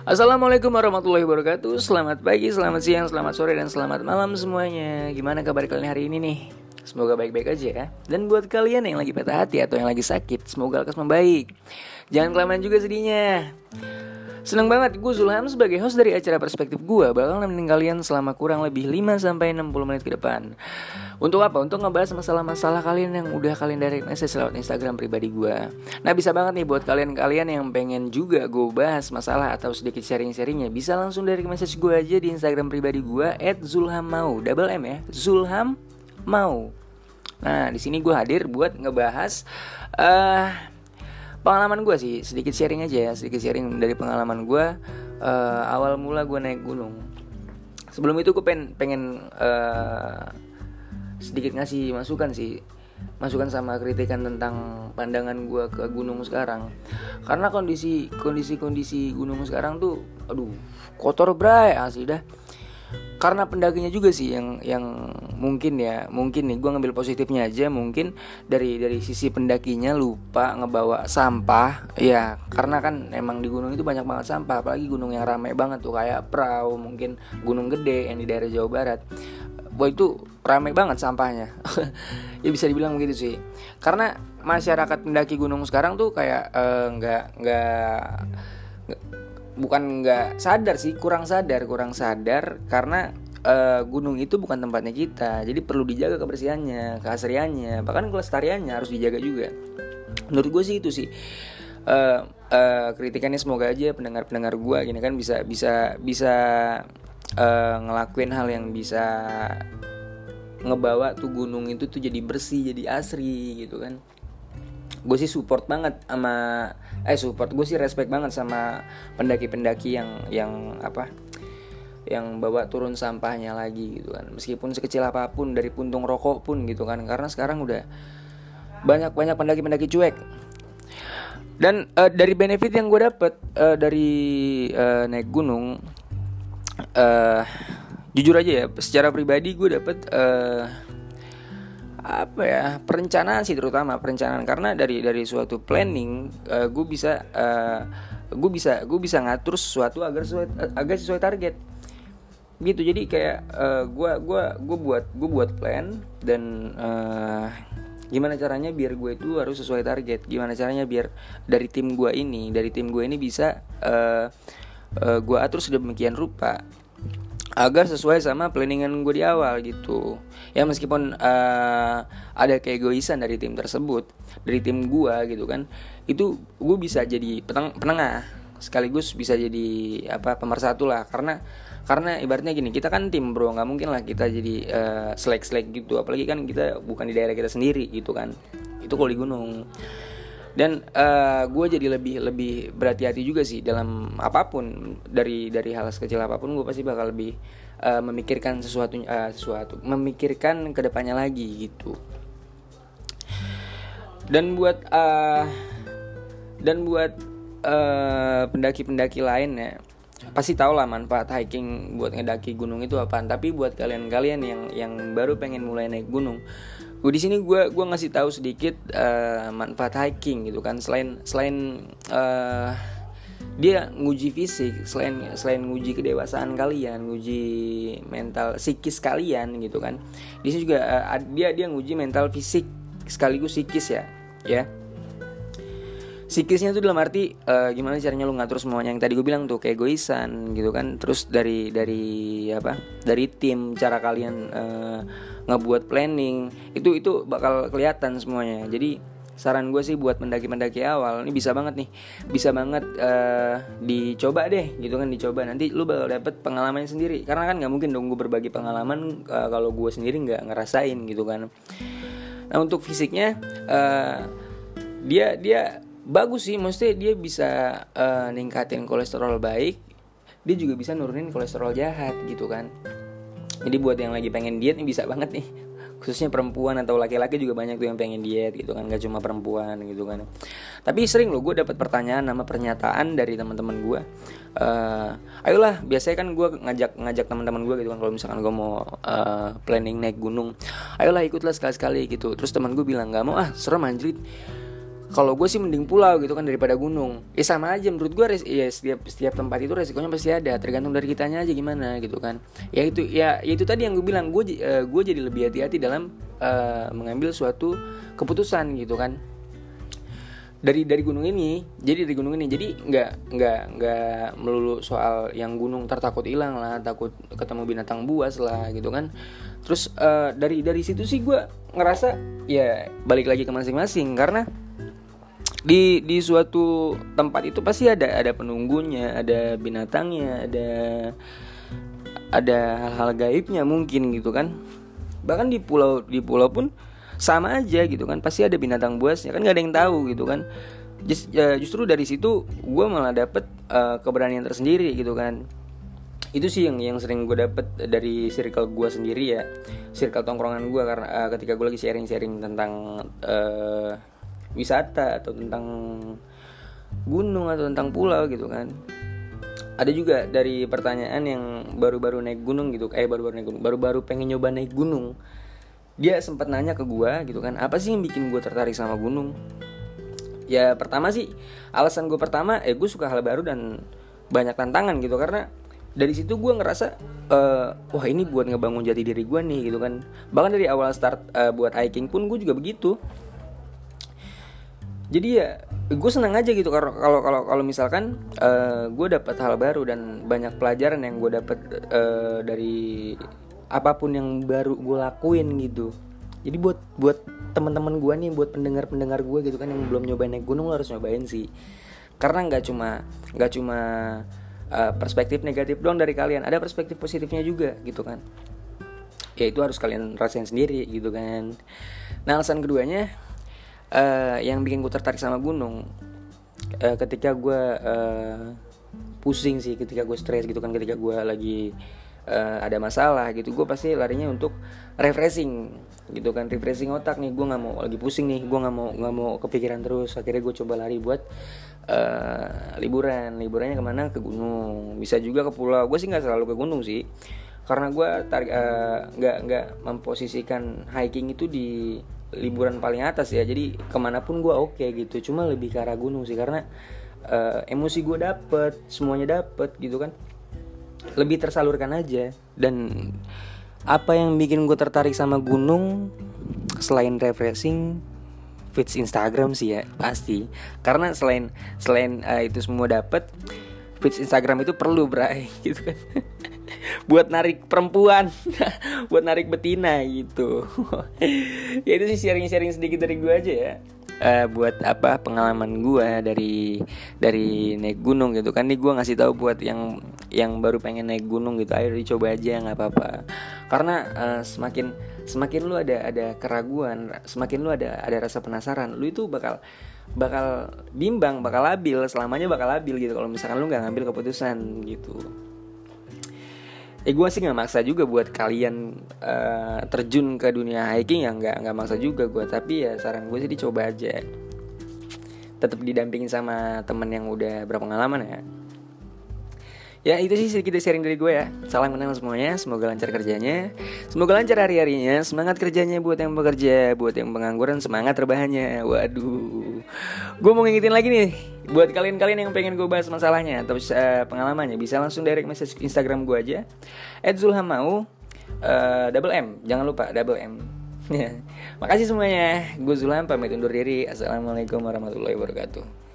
Assalamualaikum warahmatullahi wabarakatuh. Selamat pagi, selamat siang, selamat sore, dan selamat malam semuanya. Gimana kabar kalian hari ini nih? Semoga baik-baik aja ya. Dan buat kalian yang lagi patah hati atau yang lagi sakit, semoga lekas membaik. Jangan kelamaan juga sedihnya. Seneng banget, gue Zulham sebagai host dari acara Perspektif gue bakal nemenin kalian selama kurang lebih 5-60 menit ke depan. Untuk apa? Untuk ngebahas masalah-masalah kalian yang udah kalian direct message lewat Instagram pribadi gue. Nah, bisa banget nih buat kalian-kalian yang pengen juga gue bahas masalah atau sedikit sharing-sharingnya, bisa langsung direct message gue aja di Instagram pribadi gue @zulhammau, double M ya, Zulham Mau. Nah, di sini gue hadir buat ngebahas pengalaman gue sih, sedikit sharing aja ya, sedikit sharing dari pengalaman gue awal mula gue naik gunung. Sebelum itu gue pengen sedikit ngasih masukan sama kritikan tentang pandangan gue ke gunung sekarang. Karena kondisi gunung sekarang tuh kotor bray, asli dah. Karena pendakinya juga sih yang mungkin nih gue ngambil positifnya aja, mungkin dari sisi pendakinya lupa ngebawa sampah ya, karena kan emang di gunung itu banyak banget sampah, apalagi gunung yang ramai banget tuh kayak Prau, mungkin Gunung Gede yang di daerah Jawa Barat. Wah, itu ramai banget sampahnya. Ya bisa dibilang begitu sih. Karena masyarakat pendaki gunung sekarang tuh kayak nggak sadar sih, kurang sadar karena gunung itu bukan tempatnya kita, jadi perlu dijaga kebersihannya, keasriannya, bahkan kelestariannya harus dijaga juga. Menurut gue sih itu sih kritikannya. Semoga aja pendengar gue gini kan bisa ngelakuin hal yang bisa ngebawa tuh gunung itu tuh jadi bersih, jadi asri gitu kan. Gue sih support gue sih respect banget sama pendaki-pendaki yang bawa turun sampahnya lagi gitu kan, meskipun sekecil apapun, dari puntung rokok pun gitu kan, karena sekarang udah banyak pendaki-pendaki cuek. Dan dari benefit yang gue dapet dari naik gunung, jujur aja ya, secara pribadi gue dapet perencanaan sih, terutama perencanaan, karena dari suatu planning gue bisa ngatur sesuatu agar sesuai target gitu. Jadi kayak gue buat plan dan gimana caranya biar gue itu harus sesuai target, gimana caranya biar dari tim gue ini bisa gue atur sedemikian rupa agar sesuai sama planningan gue di awal gitu. Ya meskipun ada keegoisan dari tim tersebut, dari tim gue gitu kan, itu gue bisa jadi penengah sekaligus bisa jadi pemersatu lah, karena ibaratnya gini, kita kan tim bro, nggak mungkin lah kita jadi selek gitu, apalagi kan kita bukan di daerah kita sendiri gitu kan, itu kalau di gunung. Dan gue jadi lebih berhati-hati juga sih dalam apapun, dari hal sekecil apapun gue pasti bakal lebih memikirkan sesuatu memikirkan kedepannya lagi gitu. Dan buat pendaki-pendaki lain ya, pasti tau lah manfaat hiking buat ngedaki gunung itu apaan. Tapi buat kalian yang baru pengen mulai naik gunung, gue di sini gue ngasih tahu sedikit manfaat hiking gitu kan. Selain dia nguji fisik, selain nguji kedewasaan kalian, nguji mental psikis kalian gitu kan. Di sini juga dia nguji mental fisik sekaligus psikis ya. Psikisnya tuh dalam arti gimana caranya lu ngatur semuanya yang tadi gue bilang tuh, keegoisan gitu kan. Terus dari tim, cara kalian ngebuat planning itu bakal kelihatan semuanya. Jadi saran gue sih buat pendaki awal ini bisa banget dicoba deh gitu kan, dicoba, nanti lu bakal dapet pengalamannya sendiri. Karena kan nggak mungkin dong gue berbagi pengalaman kalau gue sendiri nggak ngerasain gitu kan. Nah, untuk fisiknya dia bagus sih, maksudnya dia bisa ningkatin kolesterol baik, dia juga bisa nurunin kolesterol jahat gitu kan. Jadi buat yang lagi pengen diet nih bisa banget nih, khususnya perempuan atau laki-laki juga banyak tuh yang pengen diet gitu kan, gak cuma perempuan gitu kan. Tapi sering loh gue dapat pertanyaan sama pernyataan dari teman-teman gue, ayolah, biasanya kan gue ngajak teman-teman gue gitu kan, kalau misalkan gue mau planning naik gunung, ayolah ikutlah sekali-sekali gitu. Terus teman gue bilang, gak mau serem anjrit, Kalau gue sih mending pulau gitu kan daripada gunung. Sama aja menurut gue. Ya setiap tempat itu resikonya pasti ada. Tergantung dari kitanya aja gimana gitu kan. Ya itu tadi yang gue bilang. Gue jadi lebih hati-hati dalam mengambil suatu keputusan gitu kan. Dari gunung ini. Jadi nggak melulu soal yang gunung takut hilang lah, takut ketemu binatang buas lah gitu kan. Terus dari situ sih gue ngerasa ya balik lagi ke masing-masing, karena di suatu tempat itu pasti ada penunggunya, ada binatangnya, ada hal-hal gaibnya mungkin gitu kan. Bahkan di pulau pun sama aja gitu kan, pasti ada binatang buasnya kan, nggak ada yang tahu gitu kan. Justru dari situ gue malah dapet keberanian tersendiri gitu kan. Itu sih yang sering gue dapet dari circle gue sendiri ya, circle tongkrongan gue, karena ketika gue lagi sharing tentang wisata atau tentang gunung atau tentang pulau gitu kan. Ada juga dari pertanyaan yang baru-baru naik gunung gitu, baru-baru pengen nyoba naik gunung. Dia sempat nanya ke gue gitu kan, apa sih yang bikin gue tertarik sama gunung? Ya pertama sih, alasan gue pertama, gue suka hal baru dan banyak tantangan gitu. Karena dari situ gue ngerasa, wah ini buat ngebangun jati diri gue nih gitu kan. Bahkan dari awal start buat hiking pun gue juga begitu. Jadi ya gue senang aja gitu kalau misalkan gue dapat hal baru dan banyak pelajaran yang gue dapat dari apapun yang baru gue lakuin gitu. Jadi buat teman-teman gue nih, buat pendengar gue gitu kan yang belum nyobain naik gunung, lo harus nyobain sih. Karena nggak cuma perspektif negatif doang dari kalian, ada perspektif positifnya juga gitu kan. Ya itu harus kalian rasain sendiri gitu kan. Nah alasan keduanya, yang bikin gue tertarik sama gunung, ketika gue pusing sih, ketika gue stres gitu kan, ketika gue lagi ada masalah gitu, gue pasti larinya untuk refreshing gitu kan, refreshing otak nih. Gue nggak mau lagi pusing nih, gue nggak mau kepikiran terus. Akhirnya gue coba lari buat liburannya kemana? Ke gunung, bisa juga ke pulau. Gue sih nggak selalu ke gunung sih, karena gue nggak memposisikan hiking itu di liburan paling atas ya. Jadi kemanapun gue oke gitu, cuma lebih ke arah gunung sih, karena emosi gue dapet, semuanya dapet gitu kan, lebih tersalurkan aja. Dan apa yang bikin gue tertarik sama gunung selain refreshing, feeds Instagram sih ya pasti. Karena selain itu semua dapet, feeds Instagram itu perlu bray gitu kan. Buat narik perempuan, buat narik betina gitu. Ya itu sih sharing sedikit dari gue aja ya. Buat pengalaman gue dari naik gunung gitu kan. Nih gue ngasih tahu buat yang baru pengen naik gunung gitu, ayo dicoba aja, nggak apa-apa. Karena semakin lu ada keraguan, semakin lu ada rasa penasaran, lu itu bakal bimbang, bakal labil, selamanya bakal labil gitu kalau misalkan lu nggak ngambil keputusan gitu. Gue sih nggak maksa juga buat kalian terjun ke dunia hiking, ya nggak maksa juga gue. Tapi ya saran gue sih dicoba aja, tetap didampingin sama temen yang udah berpengalaman ya. Ya itu sih sedikit sharing dari gue ya. Salam kenal semuanya, semoga lancar kerjanya, semoga lancar hari-harinya. Semangat kerjanya buat yang bekerja, buat yang pengangguran semangat rebahannya. Waduh, gue mau ngingetin lagi nih, buat kalian yang pengen gue bahas masalahnya atau pengalamannya, bisa langsung direct message Instagram gue aja @zulhammau double M, jangan lupa double M. Makasih semuanya, gue Zulham pamit undur diri. Assalamualaikum warahmatullahi wabarakatuh.